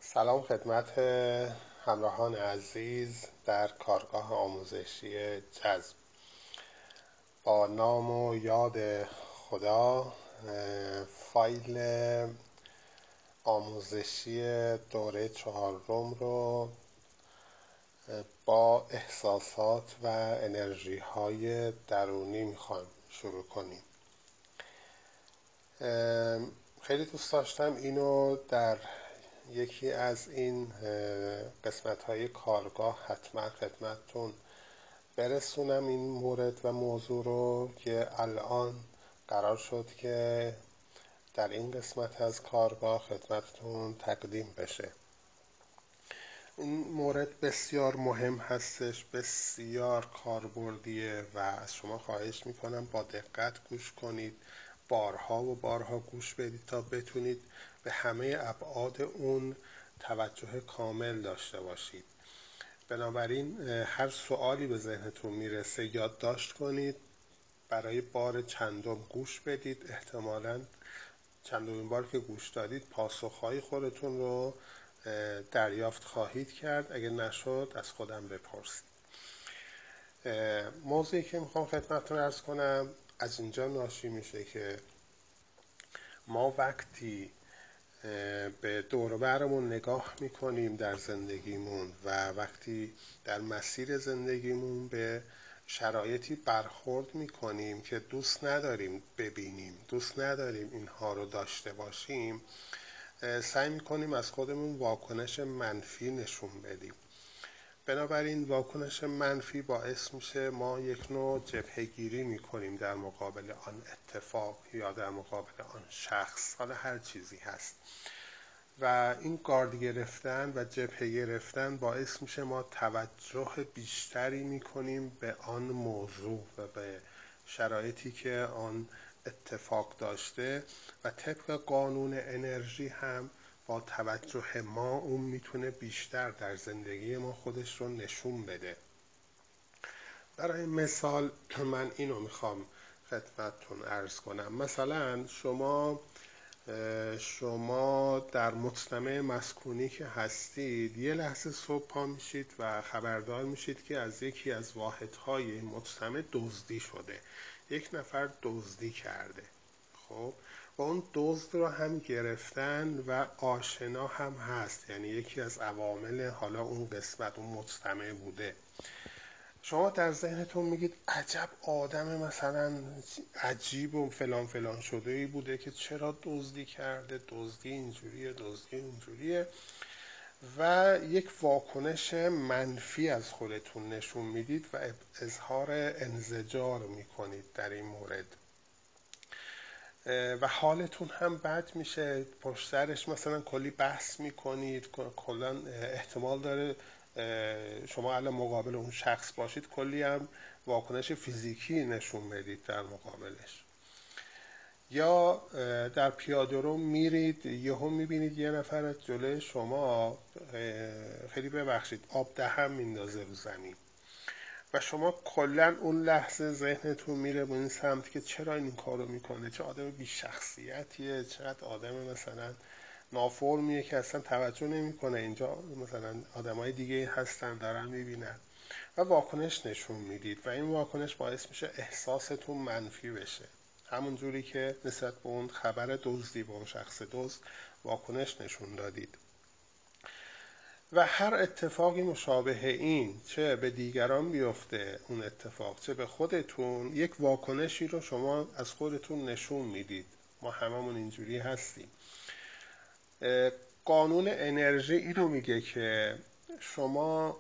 سلام خدمت همراهان عزیز در کارگاه آموزشی جذب. با نام و یاد خدا فایل آموزشی دوره 4 رو با احساسات و انرژی های درونی میخوایم شروع کنیم. خیلی دوست داشتم اینو در یکی از این قسمت های کارگاه حتما خدمتتون برسونم این مورد و موضوع رو که الان قرار شد که در این قسمت از کارگاه خدمتتون تقدیم بشه. این مورد بسیار مهم هستش، بسیار کاربردیه و از شما خواهش میکنم با دقت گوش کنید، بارها و بارها گوش بدید تا بتونید به همه ابعاد اون توجه کامل داشته باشید. بنابراین هر سوالی به ذهنتون میرسه یادداشت کنید، برای بار چندم گوش بدید. احتمالاً چندمین بار که گوش دادید پاسخهای خودتون رو دریافت خواهید کرد. اگه نشد از خودم بپرسید. موضوعی که میخوام خدمتتون عرض کنم از اینجا ناشی میشه که ما وقتی به دور و برمون نگاه میکنیم در زندگیمون و وقتی در مسیر زندگیمون به شرایطی برخورد میکنیم که دوست نداریم ببینیم، دوست نداریم اینها رو داشته باشیم، سعی میکنیم از خودمون واکنش منفی نشون بدیم. بنابراین واکنش منفی باعث میشه ما یک نوع جبهه‌گیری میکنیم در مقابل آن اتفاق یا در مقابل آن شخص، حالا هر چیزی هست، و این گارد گرفتن و جبهه گرفتن باعث میشه ما توجه بیشتری میکنیم به آن موضوع و به شرایطی که آن اتفاق داشته و طبق قانون انرژی هم با توجه ما اون میتونه بیشتر در زندگی ما خودش رو نشون بده. برای مثال من اینو میخوام خدمتتون عرض کنم. مثلا شما در مجتمع مسکونی که هستید یه لحظه صبح پا میشید و خبردار میشید که از یکی از واحدهای این مجتمع دزدی شده، یک نفر دزدی کرده. خب و اون دزد رو هم گرفتن و آشنا هم هست، یعنی یکی از عوامل حالا اون قسمت اون مجتمع بوده. شما در ذهنتون میگید عجب آدم مثلا عجیب و فلان فلان شده ای بوده که چرا دزدی کرده، دزدی اینجوریه، دزدی اینجوریه، و یک واکنش منفی از خودتون نشون میدید و اظهار انزجار میکنید در این مورد و حالتون هم بد میشه. پشت سرش مثلا کلی بحث میکنید، کلا احتمال داره شما الان مقابل اون شخص باشید کلی هم واکنش فیزیکی نشون بدید در مقابلش. یا در پیاده رو میرید یهو میبینید یه نفر از جلوی شما خیلی ببخشید آب دهن میندازه رو زمین و شما کلا اون لحظه ذهنتون میره به این سمت که چرا این کارو میکنه، چه آدم بی شخصیتیه، چقدر آدم مثلا نافرمیه که اصلا توجه نمیکنه اینجا مثلا آدمای دیگه هستن دارن میبینن و واکنش نشون میدید و این واکنش باعث میشه احساستون منفی بشه، همون جوری که نسبت به اون خبر دزدی به اون شخص دزد واکنش نشون دادید. و هر اتفاقی مشابه این، چه به دیگران بیفته اون اتفاق چه به خودتون، یک واکنشی رو شما از خودتون نشون میدید. ما هممون اینجوری هستیم. قانون انرژی اینو میگه که شما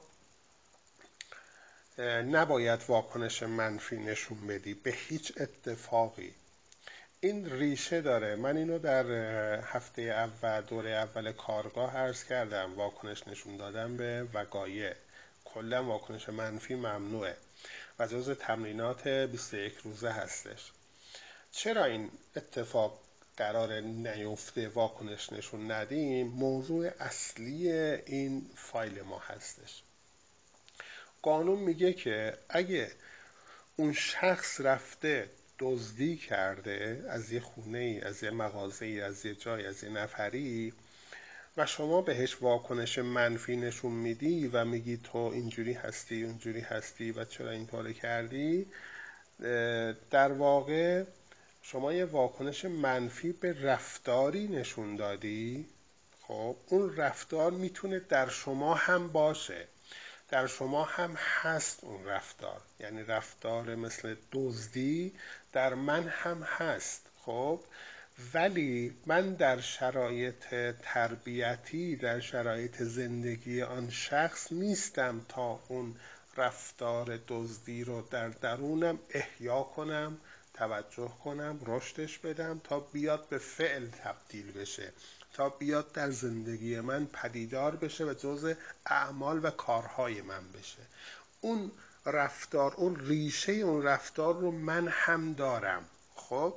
نباید واکنش منفی نشون بدی به هیچ اتفاقی. این ریشه داره. من اینو در هفته اول دوره اول کارگاه عرض کردم. واکنش نشون دادن به وقایع، کلا واکنش منفی ممنوعه و جزء تمرینات 21 روزه هستش. چرا این اتفاق قرار نیفته، واکنش نشون ندیم؟ موضوع اصلی این فایل ما هستش. قانون میگه که اگه اون شخص رفته دزدی کرده از یه خونه ای، از یه مغازه ای، از یه جای، از یه نفری، و شما بهش واکنش منفی نشون میدی و میگی تو اینجوری هستی اونجوری هستی و چرا این کارو کردی، در واقع شما یه واکنش منفی به رفتاری نشون دادی. خب اون رفتار میتونه در شما هم باشه، در شما هم هست اون رفتار، یعنی رفتار مثل دزدی در من هم هست. خب ولی من در شرایط تربیتی، در شرایط زندگی آن شخص نیستم تا اون رفتار دزدی رو در درونم احیا کنم، توجه کنم، رشدش بدم تا بیاد به فعل تبدیل بشه، تا بیاد در زندگی من پدیدار بشه و جزء اعمال و کارهای من بشه. اون رفتار، اون ریشه اون رفتار رو من هم دارم. خب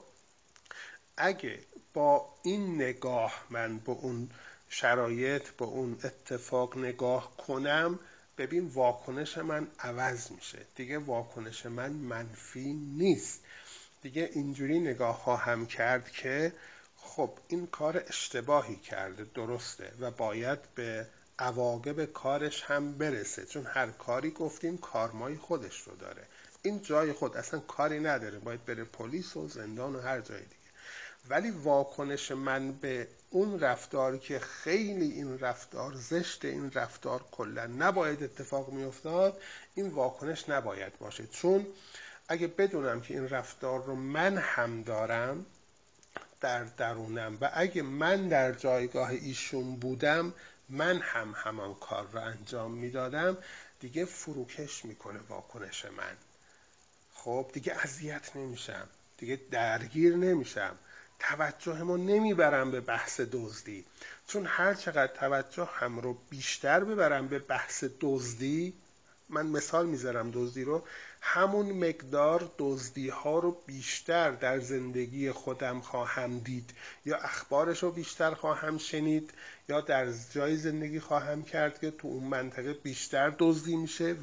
اگه با این نگاه من به اون شرایط، به اون اتفاق نگاه کنم، ببین واکنش من عوض میشه. دیگه واکنش من منفی نیست. دیگه اینجوری نگاه خواهم کرد که خب این کار اشتباهی کرده، درسته و باید به عواقب کارش هم برسه، چون هر کاری گفتیم کارمای خودش رو داره. این جای خود اصلا کاری نداره، باید بره پلیس و زندان و هر جای دیگه. ولی واکنش من به اون رفتار که خیلی این رفتار زشته، این رفتار کلا نباید اتفاق میافتاد، این واکنش نباید باشه. چون اگه بدونم که این رفتار رو من هم دارم در درونم و اگه من در جایگاه ایشون بودم من هم همان کار رو انجام میدادم، دیگه فروکش میکنه واکنش من. خب دیگه اذیت نمیشم، دیگه درگیر نمیشم، توجهمو نمیبرم به بحث دزدی. چون هر چقدر توجه هم رو بیشتر ببرم به بحث دزدی، من مثال میذارم دزدی رو، همون مقدار دزدی ها رو بیشتر در زندگی خودم خواهم دید، یا اخبارش رو بیشتر خواهم شنید، یا در جای زندگی خواهم کرد که تو اون منطقه بیشتر دزدی میشه،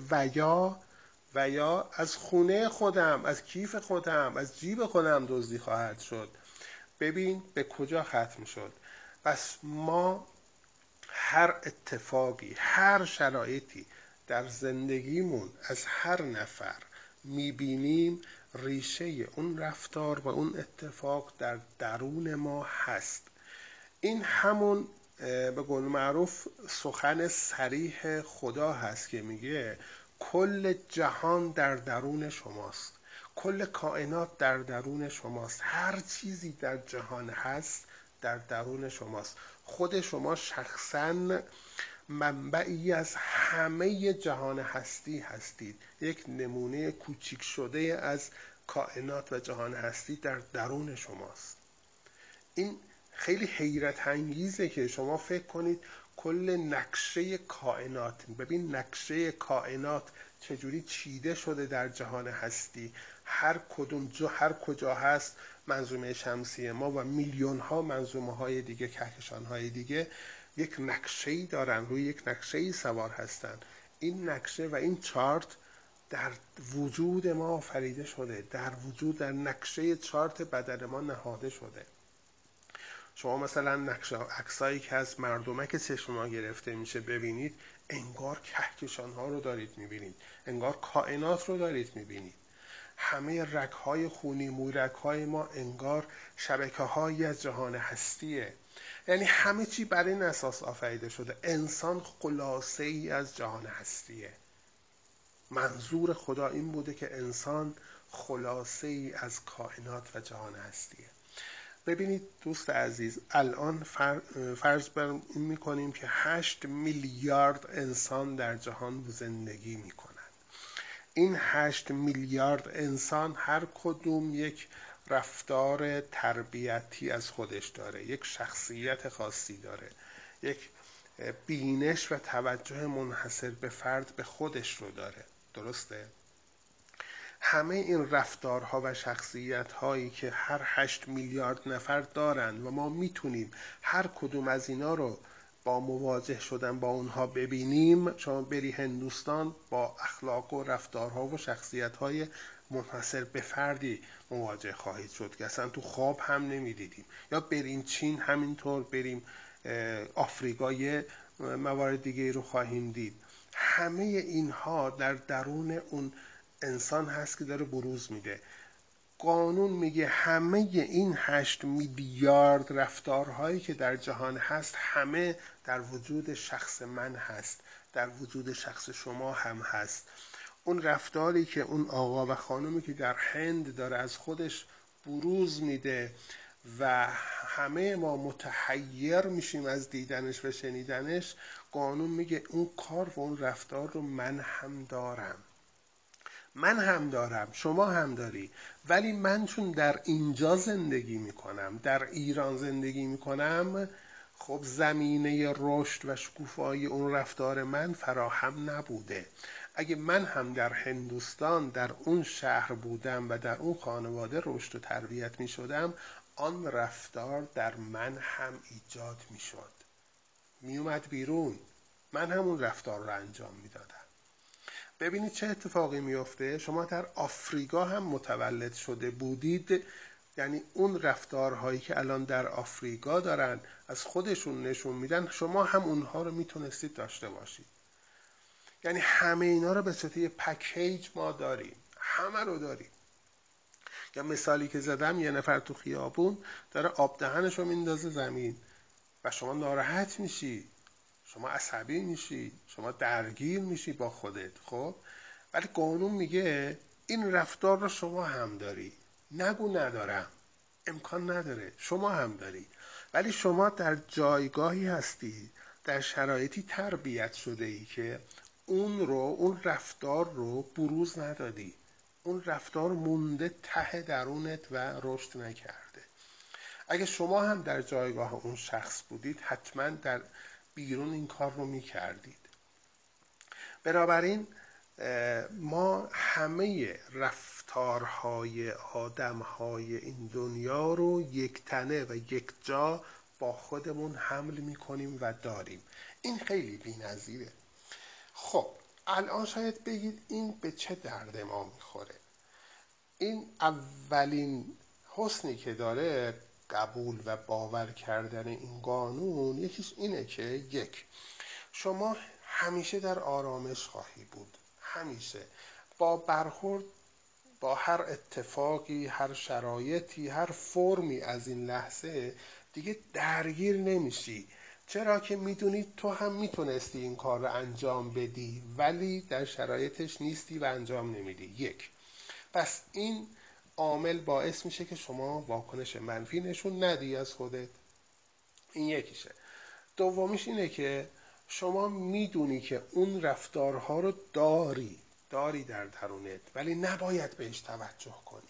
و یا از خونه خودم، از کیف خودم، از جیب خودم دزدی خواهد شد. ببین به کجا ختم شد. پس ما هر اتفاقی، هر شرایطی در زندگیمون از هر نفر میبینیم، ریشه اون رفتار و اون اتفاق در درون ما هست. این همون به قول معروف سخن صریح خدا هست که میگه کل جهان در درون شماست، کل کائنات در درون شماست، هر چیزی در جهان هست در درون شماست. خود شما شخصاً منبعی از همه جهان هستی هستید. یک نمونه کوچیک شده از کائنات و جهان هستی در درون شماست. این خیلی حیرت انگیزه که شما فکر کنید کل نقشه کائنات، ببین نقشه کائنات چجوری چیده شده در جهان هستی، هر کجا هست منظومه شمسی ما و میلیون ها منظومه های دیگه، کهکشان های دیگه، یک نقشه‌ای دارن، روی یک نقشه‌ای سوار هستن. این نقشه و این چارت در وجود ما آفریده شده، در وجود، در نقشه چارت بدن ما نهاده شده. شما مثلا نقشه عکسایی که از مردمک چشم ما گرفته میشه ببینید، انگار کهکشان ها رو دارید میبینید، انگار کائنات رو دارید میبینید. همه رگ‌های خونی، مویرگ‌های ما انگار شبکه‌هایی از جهان هستیه. یعنی همه چی بر این اساس آفریده شده. انسان خلاصه ای از جهان هستیه. منظور خدا این بوده که انسان خلاصه ای از کائنات و جهان هستیه. ببینید دوست عزیز، الان فرض بر این میکنیم که 8 میلیارد انسان در جهان زندگی میکنن. این 8 میلیارد انسان هر کدوم یک رفتار تربیتی از خودش داره، یک شخصیت خاصی داره، یک بینش و توجه منحصر به فرد به خودش رو داره. درسته؟ همه این رفتارها و شخصیت‌هایی که هر 8 میلیارد نفر دارن و ما میتونیم هر کدوم از اینا رو با مواجه شدن با اونها ببینیم. شما بری هندوستان با اخلاق و رفتارها و شخصیت‌های منحصر به فردی مواجه خواهید شد که اصلا تو خواب هم نمیدیدیم. یا بریم چین همینطور، بریم آفریقای موارد دیگه رو خواهیم دید. همه اینها در درون اون انسان هست که داره بروز میده. قانون میگه همه این 8 میلیارد رفتارهایی که در جهان هست همه در وجود شخص من هست، در وجود شخص شما هم هست. اون رفتاری که اون آقا و خانومی که در هند داره از خودش بروز میده و همه ما متحیر میشیم از دیدنش و شنیدنش، قانون میگه اون کار و اون رفتار رو من هم دارم. من هم دارم، شما هم داری، ولی من چون در اینجا زندگی میکنم، در ایران زندگی میکنم، خب زمینه رشد و شکوفایی اون رفتار من فراهم نبوده. اگه من هم در هندوستان در اون شهر بودم و در اون خانواده رشد و تربیت میشدم، آن رفتار در من هم ایجاد میشد، میومد بیرون، من همون رفتار رو انجام میدادم. ببینید چه اتفاقی میفته. شما در آفریقا هم متولد شده بودید، یعنی اون رفتارهایی که الان در آفریقا دارن از خودشون نشون میدن، شما هم اونها رو میتونستید داشته باشید. یعنی همه اینا رو به صورت یه پکیج ما داریم، همه رو داریم. یا مثالی که زدم، یه نفر تو خیابون داره آب دهنش رو میندازه زمین و شما ناراحت میشی، شما عصبی میشی، شما درگیر میشی با خودت، خب؟ ولی قانون میگه این رفتار رو شما هم داری. نگو ندارم، امکان نداره، شما هم داری. ولی شما در جایگاهی هستی، در شرایطی تربیت شده ای که اون رفتار رو بروز ندادی. اون رفتار مونده ته درونت و رشد نکرده. اگه شما هم در جایگاه اون شخص بودید، حتما در بیرون این کار رو میکردید. بنابراین ما همه رفتارهای آدمهای این دنیا رو یک تنه و یک جا با خودمون حمل میکنیم و داریم. این خیلی بی‌نظیره. خب الان شاید بگید این به چه درد ما میخوره؟ این اولین حسنی که داره قبول و باور کردن این قانون، یکیش اینه که یک، شما همیشه در آرامش خواهی بود، همیشه با برخورد با هر اتفاقی، هر شرایطی، هر فرمی از این لحظه دیگه درگیر نمیشی. چرا که میدونی تو هم میتونستی این کار رو انجام بدی ولی در شرایطش نیستی و انجام نمیدی. یک، پس این عامل باعث میشه که شما واکنش منفی نشون ندی از خودت. این یکیشه. دومیش اینه که شما میدونی که اون رفتارها رو داری در درونت، ولی نباید بهش توجه کنی.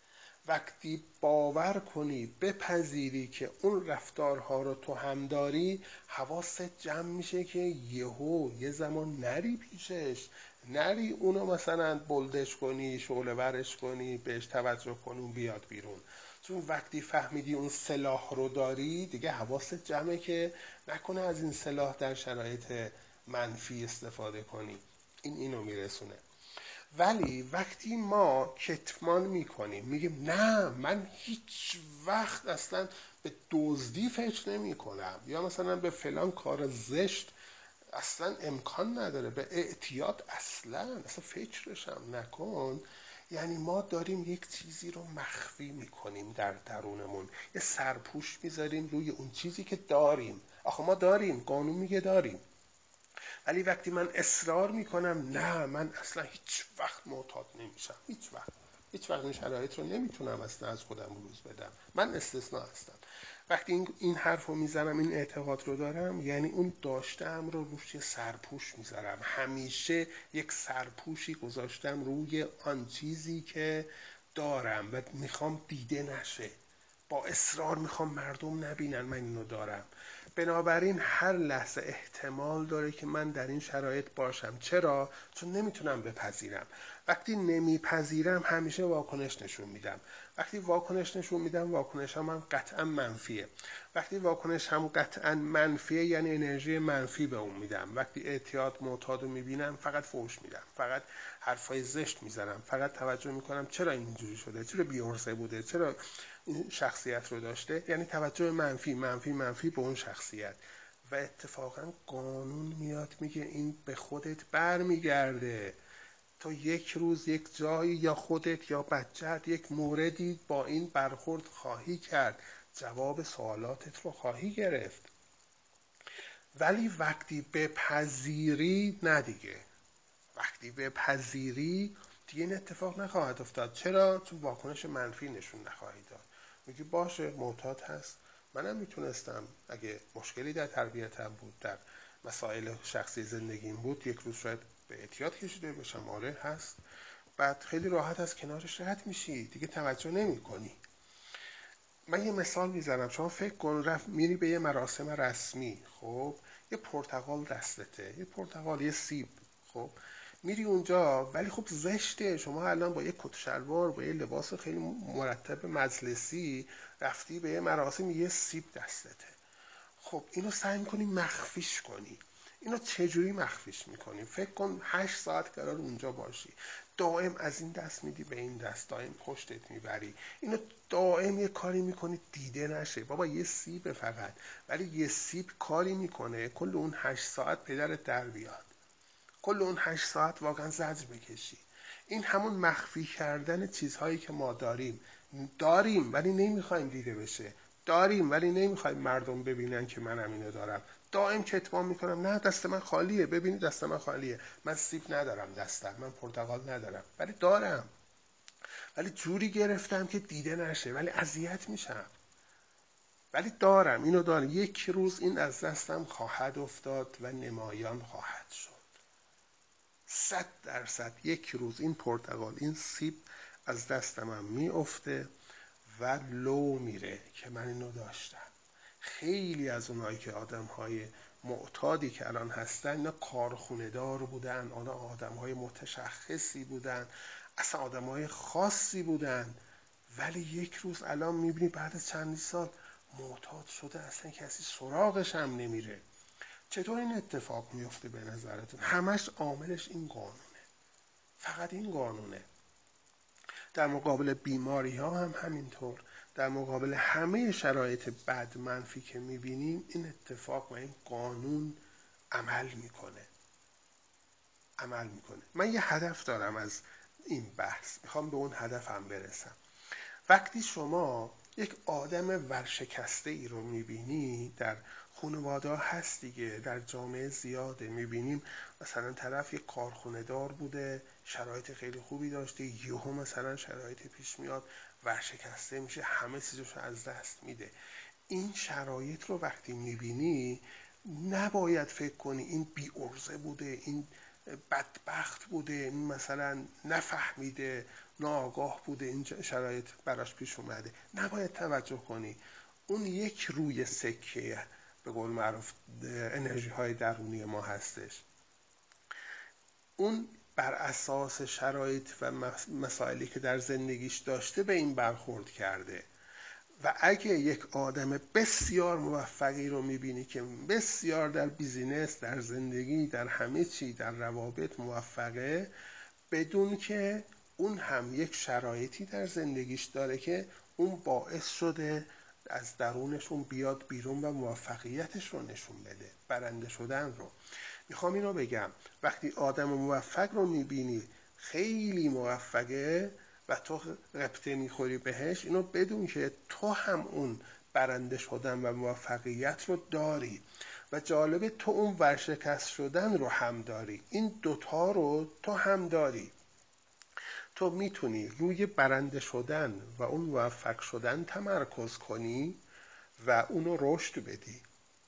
وقتی باور کنی، بپذیری که اون رفتارها رو تو هم داری، حواست جمع میشه که یه زمان نری پیشش، نری اونو مثلا بلدش کنی، شعله ورش کنی، بهش توجه کنی بیاد بیرون. چون وقتی فهمیدی اون سلاح رو داری، دیگه حواست جمعه که نکنه از این سلاح در شرایط منفی استفاده کنی. اینو میرسونه. ولی وقتی ما کتمان میکنیم، میگیم نه من هیچ وقت اصلا به دزدی فکر نمی کنم، یا مثلا به فلان کار زشت اصلا امکان نداره، به اعتیاد اصلا فکرش هم نکن، یعنی ما داریم یک چیزی رو مخفی میکنیم در درونمون، یه سرپوش میذاریم روی اون چیزی که داریم. آخه ما داریم، قانون میگه داریم. ولی وقتی من اصرار میکنم نه من اصلا هیچ وقت معتاد نمیشم، هیچ وقت این شرایط رو نمیتونم اصلا از خودم بروز بدم، من استثناء هستم. وقتی این حرف رو میزنم، این اعتقاد رو دارم، یعنی اون داشتم رو روش یه سرپوش میذارم. همیشه یک سرپوشی گذاشتم روی آن چیزی که دارم و میخوام دیده نشه. با اصرار میخوام مردم نبینن من اینو دارم. بنابراین هر لحظه احتمال داره که من در این شرایط باشم. چرا؟ چون نمیتونم بپذیرم. وقتی نمیپذیرم همیشه واکنش نشون میدم. وقتی واکنش نشون میدم، واکنش هم قطعا منفیه. وقتی واکنش هم قطعا منفیه یعنی انرژی منفی به اون میدم. وقتی اعتیاد معتاد رو میبینم فقط فحش میدم، فقط حرفای زشت میزنم، فقط توجه میکنم چرا اینجوری شده، چرا بی‌حرصه بوده، چرا این شخصیت رو داشته، یعنی توجه منفی منفی منفی به اون شخصیت. و اتفاقا قانون میاد میگه این به خودت برمیگرده. تو یک روز یک جایی یا خودت یا بچت یک موردی با این برخورد خواهی کرد، جواب سوالاتت رو خواهی گرفت. ولی وقتی بپذیری نه دیگه، وقتی بپذیری دیگه این اتفاق نخواهد افتاد. چرا؟ چون واکنش منفی نشون نخواهی داد. میگی باشه معتاد هست، منم میتونستم اگه مشکلی در تربیتم بود، در مسائل شخصی زندگیم بود، یک روز شاید به اعتیاد کشیده بشم. آره هست. بعد خیلی راحت از کنارش رد میشی، دیگه توجه نمی کنی. من یه مثال میزنم. شما فکر کن میری به یه مراسم رسمی، خب یه پرتقال دستته، یه پرتقال، یه سیب، خب میری اونجا، ولی خب زشته. شما الان با یه کت شلوار، با یه لباس خیلی مرتب مجلسی رفتی به یه مراسم، یه سیب دستته. خب اینو سعی میکنی مخفیش کنی. اینو چجوری مخفیش میکنی؟ فکر کن 8 ساعت قرار اونجا باشی، دائم از این دست میدی به این دست، دائم پشتت میبری، اینو دائم یه کاری میکنی دیده نشه. بابا یه سیب فقط، ولی یه سیب کاری میکنه کل اون 8 ساعت پدرت در بیاد، کل اون 8 ساعت واقعا زجر بکشی. این همون مخفی کردن چیزهایی که ما داریم ولی نمیخوایم دیده بشه، داریم ولی نمیخوایم مردم ببینن که منم اینو دارم. دائم کتمان میکنم، نه دست من خالیه، ببینید دست من خالیه، من سیب ندارم دستم، من پرتقال ندارم، ولی دارم، ولی جوری گرفتم که دیده نشه، ولی اذیت میشم، ولی دارم، اینو دارم. یک روز این از دستم خواهد افتاد و نمایان خواهد شد. 100% یک روز این پرتقال، این سیب از دستم هم میافته و لو میره که من اینو داشتم. خیلی از اونایی که آدم‌های معتادی که الان هستن، اینا کارخونه دار بودن، اونا آدم‌های متشخصی بودن، اصلا آدم‌های خاصی بودن، ولی یک روز الان میبینی بعد از چند سال معتاد شده، اصلا کسی سراغش هم نمیره. چطور این اتفاق میفته به نظرتون؟ همش عاملش این قانونه، فقط این قانونه. در مقابل بیماری ها هم همینطور، در مقابل همه شرایط بد منفی که میبینیم، این اتفاق و این قانون عمل میکنه. من یه هدف دارم از این بحث، میخوام به اون هدفم برسم. وقتی شما یک آدم ورشکسته ای رو میبینی، در خانواده هست دیگه، در جامعه زیاده میبینیم، مثلا طرف یک کارخونه دار بوده، شرایط خیلی خوبی داشته، یهو مثلا شرایط پیش میاد، ورشکسته میشه، همه چیزش رو از دست میده. این شرایط رو وقتی میبینی، نباید فکر کنی این بی ارزه بوده، این بدبخت بوده، این مثلا نفهمیده، ناآگاه بوده، این شرایط براش پیش اومده. نباید توجه کنی. اون یک روی سکه، به قول معروف، انرژی های درونی ما هستش. اون بر اساس شرایط و مسائلی که در زندگیش داشته به این برخورد کرده. و اگه یک آدم بسیار موفقی رو میبینی که بسیار در بیزینس، در زندگی، در همه چی، در روابط موفقه، بدون که اون هم یک شرایطی در زندگیش داره که اون باعث شده از درونشون بیاد بیرون و موفقیتش رو نشون بده، برنده شدن رو. میخوام اینو بگم، وقتی آدم موفق رو میبینی خیلی موفقه و تو ربطه میخوری بهش، اینو بدون که تو هم اون برنده شدن و موفقیت رو داری و جالبه تو اون ورشکست شدن رو هم داری. این دوتا رو تو هم داری. تو میتونی روی برنده شدن و اون موفق شدن تمرکز کنی و اونو رشد بدی،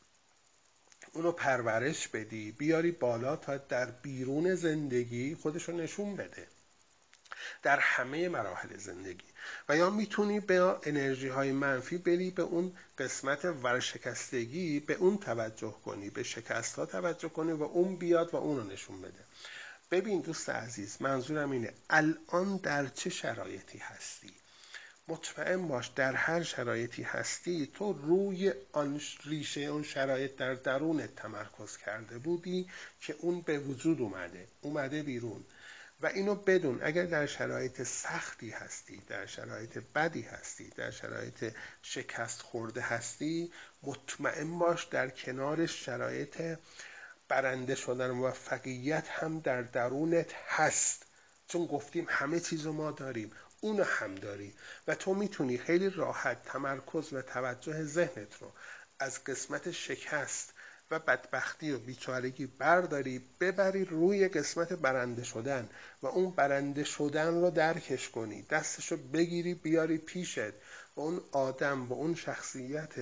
اونو پرورش بدی، بیاری بالا تا در بیرون زندگی خودشو نشون بده در همه مراحل زندگی. و یا میتونی به انرژی های منفی بری به اون قسمت ورشکستگی، به اون توجه کنی، به شکست ها توجه کنی و اون بیاد و اونو نشون بده. ببین دوست عزیز، منظورم اینه الان در چه شرایطی هستی. مطمئن باش در هر شرایطی هستی، تو روی آن ریشه اون شرایط در درونت تمرکز کرده بودی که اون به وجود اومده بیرون. و اینو بدون اگر در شرایط سختی هستی، در شرایط بدی هستی، در شرایط شکست خورده هستی، مطمئن باش در کنار شرایط برنده شدن موفقیت هم در درونت هست. چون گفتیم همه چیز رو ما داریم، اونو هم داری و تو میتونی خیلی راحت تمرکز و توجه ذهنت رو از قسمت شکست و بدبختی و بیچارگی برداری ببری روی قسمت برنده شدن و اون برنده شدن رو درکش کنی، دستشو بگیری بیاری پیشت و اون آدم و اون شخصیت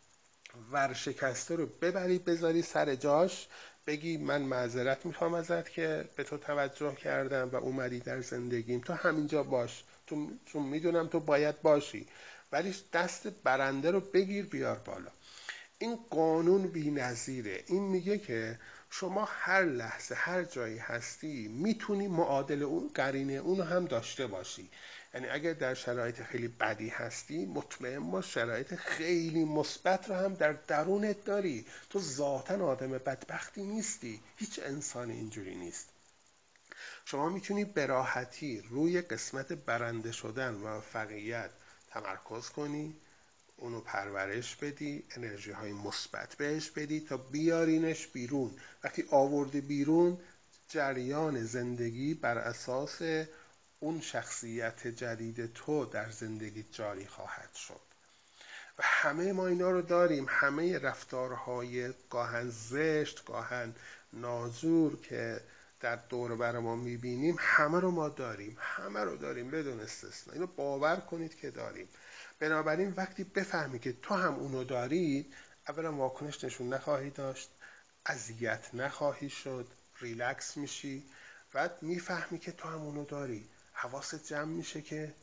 ورشکسته رو ببری بذاری سر جاش، بگی من معذرت میخوام ازت که به تو توجه کردم و اومدی در زندگیم، تو همینجا باش، چون میدونم تو باید باشی، ولی دست برنده رو بگیر بیار بالا. این قانون بی‌نظیره. این میگه که شما هر لحظه هر جایی هستی میتونی معادل اون قرینه اون هم داشته باشی. یعنی اگر در شرایط خیلی بدی هستی، مطمئن باش شرایط خیلی مثبت رو هم در درونت داری. تو ذاتاً آدم بدبختی نیستی، هیچ انسان اینجوری نیست. شما میتونی به راحتی روی قسمت برنده شدن و موفقیت تمرکز کنی، اونو پرورش بدی، انرژی های مثبت بهش بدی تا بیارینش بیرون. وقتی آوردی بیرون، جریان زندگی بر اساس اون شخصیت جدید تو در زندگی جاری خواهد شد. و همه ما اینا رو داریم، همه رفتارهای گاهن زشت، گاهن نازور که در دور بر ما میبینیم، همه رو ما داریم، همه رو داریم بدون استثنا. اینو باور کنید که داریم. بنابراین وقتی بفهمی که تو هم اونو داری، اولا واکنش نشون نخواهی داشت، اذیت نخواهی شد، ریلکس میشی، بعد میفهمی که تو هم اونو داری، حواست جمع میشه که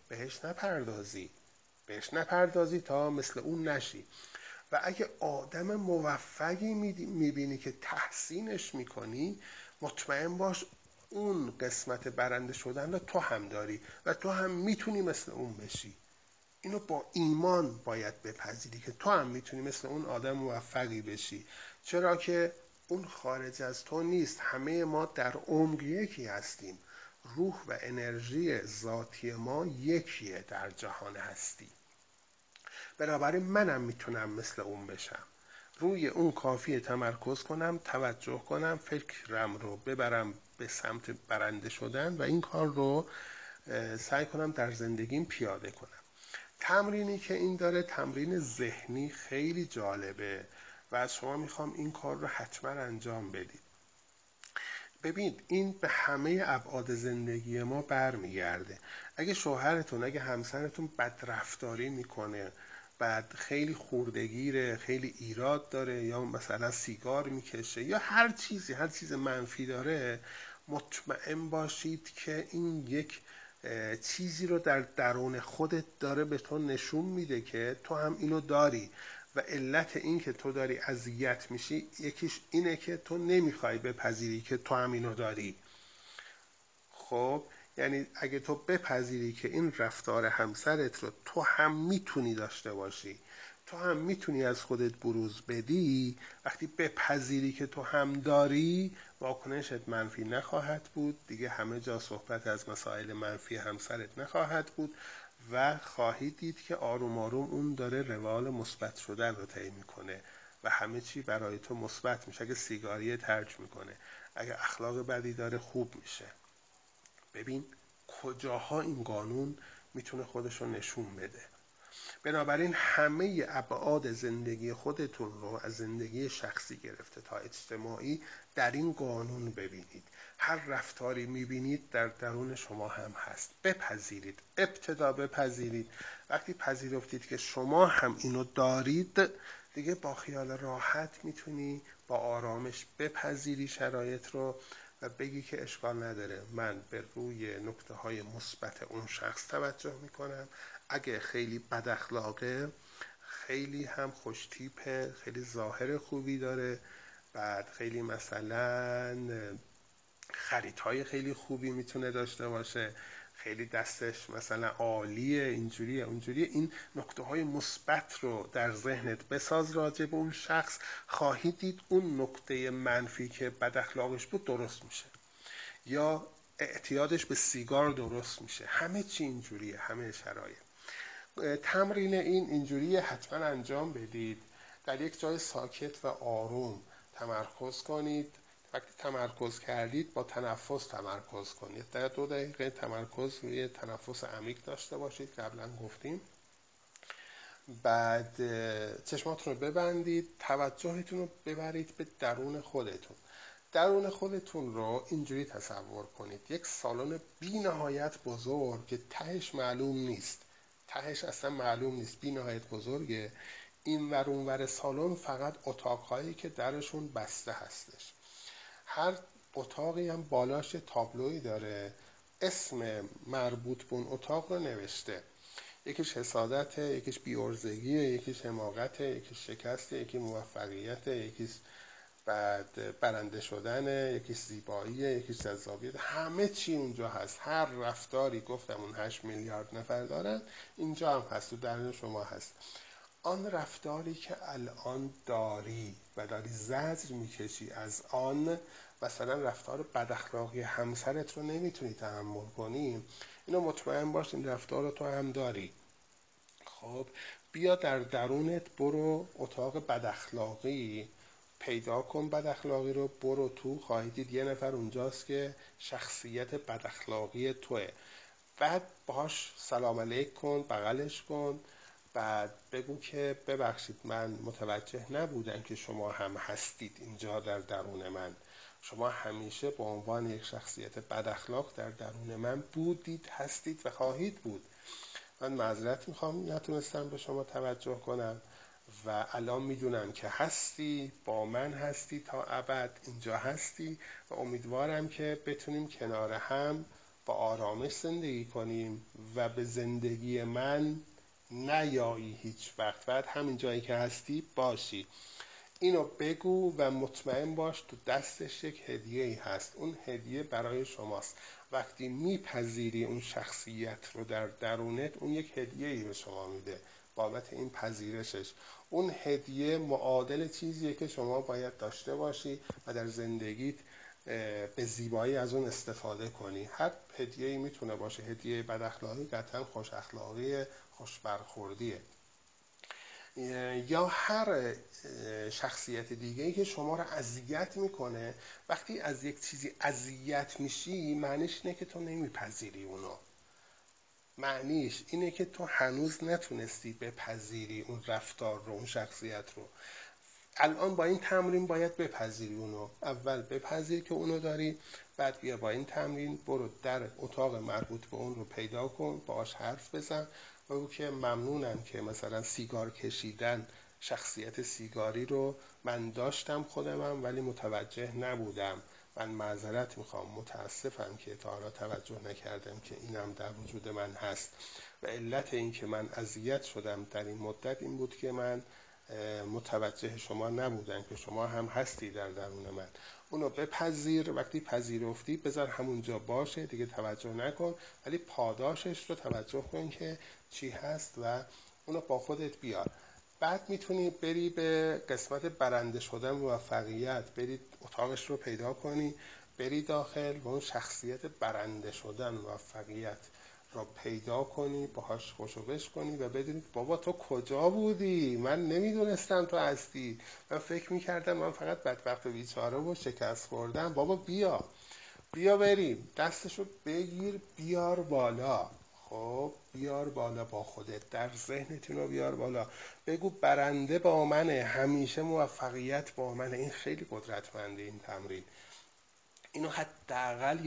بهش نپردازی تا مثل اون نشی. و اگه آدم موفقی میبینی که تحسینش میکنی، مطمئن باش اون قسمت برنده شدن رو تو هم داری و تو هم میتونی مثل اون بشی. اینو با ایمان باید بپذیری که تو هم میتونی مثل اون آدم موفقی بشی، چرا که اون خارج از تو نیست. همه ما در عمق یکی هستیم، روح و انرژی ذاتی ما یکیه در جهان هستی. بنابراین منم میتونم مثل اون بشم. روی اون کافیه تمرکز کنم، توجه کنم، فکرم رو ببرم به سمت برنده شدن و این کار رو سعی کنم در زندگیم پیاده کنم. تمرینی که این داره تمرین ذهنی خیلی جالبه و از شما میخوام این کار رو حتما انجام بدید. ببین، این به همه ابعاد زندگی ما برمیگرده. اگه شوهرتون، اگه همسرتون بدرفتاری میکنه، بعد خیلی خوردگیره، خیلی ایراد داره، یا مثلا سیگار میکشه، یا هر چیز منفی داره، مطمئن باشید که این یک چیزی رو در درون خودت داره به تو نشون میده که تو هم اینو داری و علت این که تو داری اذیت میشی یکیش اینه که تو نمیخوای بپذیری که تو هم اینو داری. خب یعنی اگه تو بپذیری که این رفتار همسرت رو تو هم میتونی داشته باشی، تو هم میتونی از خودت بروز بدی، وقتی بپذیری که تو هم داری، واکنشت منفی نخواهد بود دیگه، همه جا صحبت از مسائل منفی همسرت نخواهد بود و خواهید دید که آروم آروم اون داره روال مثبت شدن رو طی میکنه و همه چی برای تو مثبت میشه. اگه سیگاری ترک میکنه، اگه اخلاق بدی داره خوب میشه. ببین کجاها این قانون میتونه خودش رو نشون بده. بنابراین همه ابعاد زندگی خودتون رو از زندگی شخصی گرفته تا اجتماعی در این قانون ببینید. هر رفتاری میبینید در درون شما هم هست. بپذیرید، ابتدا بپذیرید. وقتی پذیرفتید که شما هم اینو دارید، دیگه با خیال راحت میتونی با آرامش بپذیری شرایط رو و بگی که اشکال نداره، من به روی نکته های مثبت اون شخص توجه میکنم. اگه خیلی بد اخلاقه، خیلی هم خوش تیپه، خیلی ظاهر خوبی داره، بعد خیلی مثلا خریدهای خیلی خوبی میتونه داشته باشه، خیلی دستش مثلا عالیه، اینجوریه اونجوریه، این نکته های مثبت رو در ذهنت بساز راجع به اون شخص، خواهید دید اون نکته منفی که بد اخلاقش بود درست میشه. یا اعتیادش به سیگار درست میشه. همه چی اینجوریه، همه شرایط. تمرین اینجوریه، حتما انجام بدید. در یک جای ساکت و آروم تمرکز کنید. وقتی تمرکز کردید با تنفس تمرکز کنید. در 2 دقیقه تمرکز روی تنفس عمیق داشته باشید، قبلا گفتیم. بعد چشماتون رو ببندید، توجهتون رو ببرید به درون خودتون. درون خودتون رو اینجوری تصور کنید: یک سالن بی نهایت بزرگ که تهش معلوم نیست، تهش اصلا معلوم نیست، بی نهایت بزرگه. این ور اون ور سالن فقط اتاقهایی که درشون بسته هستش. هر اتاقی هم بالاش تابلویی داره، اسم مربوط به اون اتاق رو نوشته. یکیش حسادته، یکیش بی‌عرضگیه، یکیش حماقته، یکیش شکسته، یکی موفقیته، یکیش بعد برنده شدنه، یکیش زیباییه، یکیش جذابیت. همه چی اونجا هست. هر رفتاری، گفتم اون 8 میلیارد نفر دارن، اینجا هم هست، تو درون شما هست. آن رفتاری که الان داری و داری زجر میکشی از آن، مثلا رفتار بد همسرت رو نمیتونی تحمل کنی، اینو مطمئن باش این رفتار رو تو هم داری. خب بیا در درونت، برو اتاق بداخلاقی پیدا کن، بداخلاقی رو برو تو. خواهید دید یه نفر اونجاست که شخصیت بداخلاقی توه. بعد باهاش سلام علیک کن، بغلش کن، بعد بگو که ببخشید من متوجه نبودم که شما هم هستید اینجا در درون من. شما همیشه به عنوان یک شخصیت بداخلاق در درون من بودید، هستید و خواهید بود. من معذرت میخوام نتونستم به شما توجه کنم و الان میدونم که هستی، با من هستی تا ابد، اینجا هستی و امیدوارم که بتونیم کنار هم با آرامش زندگی کنیم و به زندگی من نیایی هیچ وقت. بعد همین جایی که هستی باشی. اینو بگو و مطمئن باش تو دستش یک هدیه‌ای هست. اون هدیه برای شماست. وقتی میپذیری اون شخصیت رو در درونت، اون یک هدیه‌ای به شما میده بابت این پذیرشش. اون هدیه معادل چیزیه که شما باید داشته باشی و در زندگیت به زیبایی از اون استفاده کنی. هر هدیه‌ای میتونه باشه، هدیه بد اخلاقی قطعا خوش اخلاقی، خوش برخوردیه، یا هر شخصیت دیگه‌ای که شما رو اذیت میکنه. وقتی از یک چیزی اذیت میشی، معنیش اینه که تو نمیپذیری اونو. معنیش اینه که تو هنوز نتونستی بپذیری اون رفتار رو، اون شخصیت رو. الان با این تمرین باید بپذیری اونو. اول بپذیر که اونو داری، بعد بیا با این تمرین برو در اتاق مربوط به اون رو پیدا کن، باهاش حرف بزن، بگو که ممنونم که مثلا سیگار کشیدن، شخصیت سیگاری رو من داشتم خودمم ولی متوجه نبودم. من معذرت میخوام، متاسفم که تا حالا توجه نکردم که اینم در وجود من هست و علت این که من اذیت شدم در این مدت این بود که من متوجه شما نبودن که شما هم هستی در درون من. اونو بپذیر. وقتی پذیرفتی بذار همونجا باشه، دیگه توجه نکن، ولی پاداشش رو توجه کن که چی هست و اونو با خودت بیار. بعد میتونی بری به قسمت برنده شدن موفقیت، بری اتاقش رو پیدا کنی، بری داخل و اون شخصیت برنده شدن موفقیت را پیدا کنی، باهاش خوشوبش کنی و بدونید بابا تو کجا بودی؟ من نمیدونستم تو هستی. من فکر میکردم من فقط بدبخت و بیچاره و شکست خوردم. بابا بیا بریم. دستشو بگیر بیار بالا. خب بیار بالا با خودت، در ذهنتون رو بیار بالا. بگو برنده با منه، همیشه موفقیت با منه. این خیلی قدرتمنده این تمرین. اینو حداقل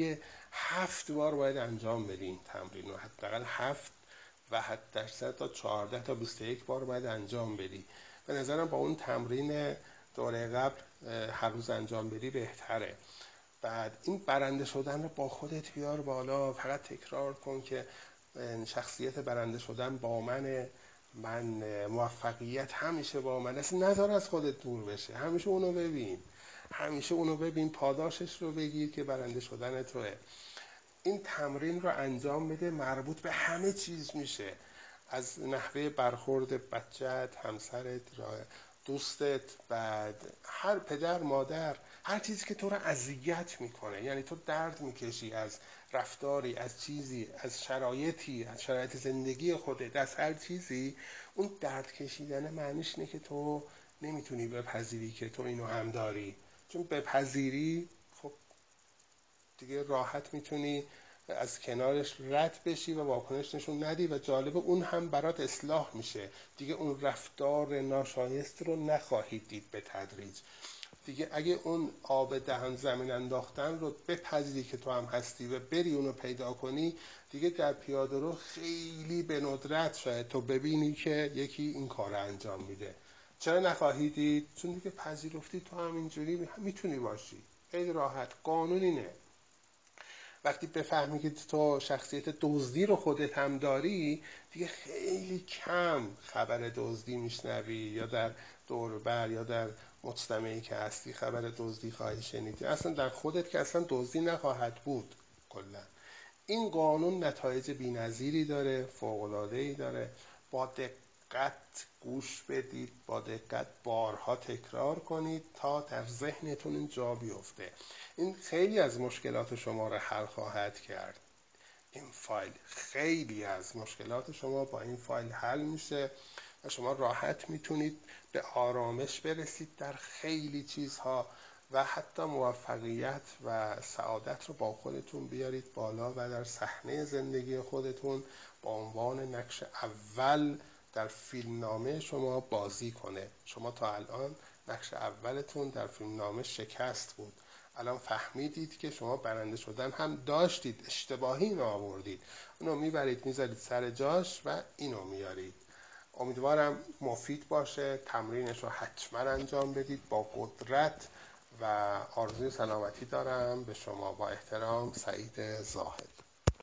7 بار باید انجام بدی. این تمرین رو حداقل 7 و حداکثر تا 14 تا 21 بار باید انجام بدی. به نظرم با اون تمرین دوره قبل هر روز انجام بدی بهتره. بعد این برنده شدن رو با خودت بیار بالا. فقط تکرار کن که شخصیت برنده شدن با منه، من موفقیت همیشه با من. اصلا نذار از خودت دور بشه، همیشه اونو ببین، همیشه اونو ببین، پاداشش رو بگیر که برنده شدن توه. این تمرین رو انجام بده، مربوط به همه چیز میشه، از نحوه برخورد بچت، همسرت، دوستت، بعد هر پدر مادر، هر چیزی که تو رو اذیت میکنه، یعنی تو درد میکشی از رفتاری، از چیزی، از شرایطی، از شرایط زندگی خودت، از هر چیزی، اون درد کشیدن معنیش اینه که تو نمیتونی بپذیری که تو اینو هم داری. چون بپذیری خب دیگه راحت میتونی از کنارش رد بشی و واکنش نشون ندی و جالب اون هم برات اصلاح میشه. دیگه اون رفتار ناشایست رو نخواهید دید به تدریج. دیگه اگه اون آب دهن زمین انداختن رو بپذیری که تو هم هستی و بری اونو پیدا کنی، دیگه در پیاده رو خیلی به ندرت شاید تو ببینی که یکی این کار رو انجام میده. چرا نخواهی دید؟ چون دیگه پذیرفتی تو هم اینجوری میتونی باشی. خیلی راحت. قانون اینه. وقتی بفهمی که تو شخصیت دزدی رو خودت هم داری، دیگه خیلی کم خبر دزدی میشنوی یا در دوربر یا در مجتمعی که هستی خبر دزدی خواهی شنیدی. اصلا در خودت که اصلا دزدی نخواهد بود. کلا این قانون نتایج بی‌نظیری داره، فوق‌العاده‌ای داره. با دقت گوش بدید، با دقت بارها تکرار کنید تا در ذهنتون این جا بیفته. این خیلی از مشکلات شما را حل خواهد کرد. این فایل خیلی از مشکلات شما با این فایل حل میشه و شما راحت میتونید به آرامش برسید در خیلی چیزها و حتی موفقیت و سعادت رو با خودتون بیارید بالا و در صحنه زندگی خودتون با عنوان نقش اول در فیلمنامه شما بازی کنه. شما تا الان نقش اولتون در فیلمنامه شکست بود. الان فهمیدید که شما برنده شدن هم داشتید، اشتباهی اینو آوردید. اونو میبرید میذارید سر جاش و اینو میارید. امیدوارم مفید باشه. تمرینش رو حتما انجام بدید با قدرت و آرزوی سلامتی دارم به شما. با احترام، سعید زاهد.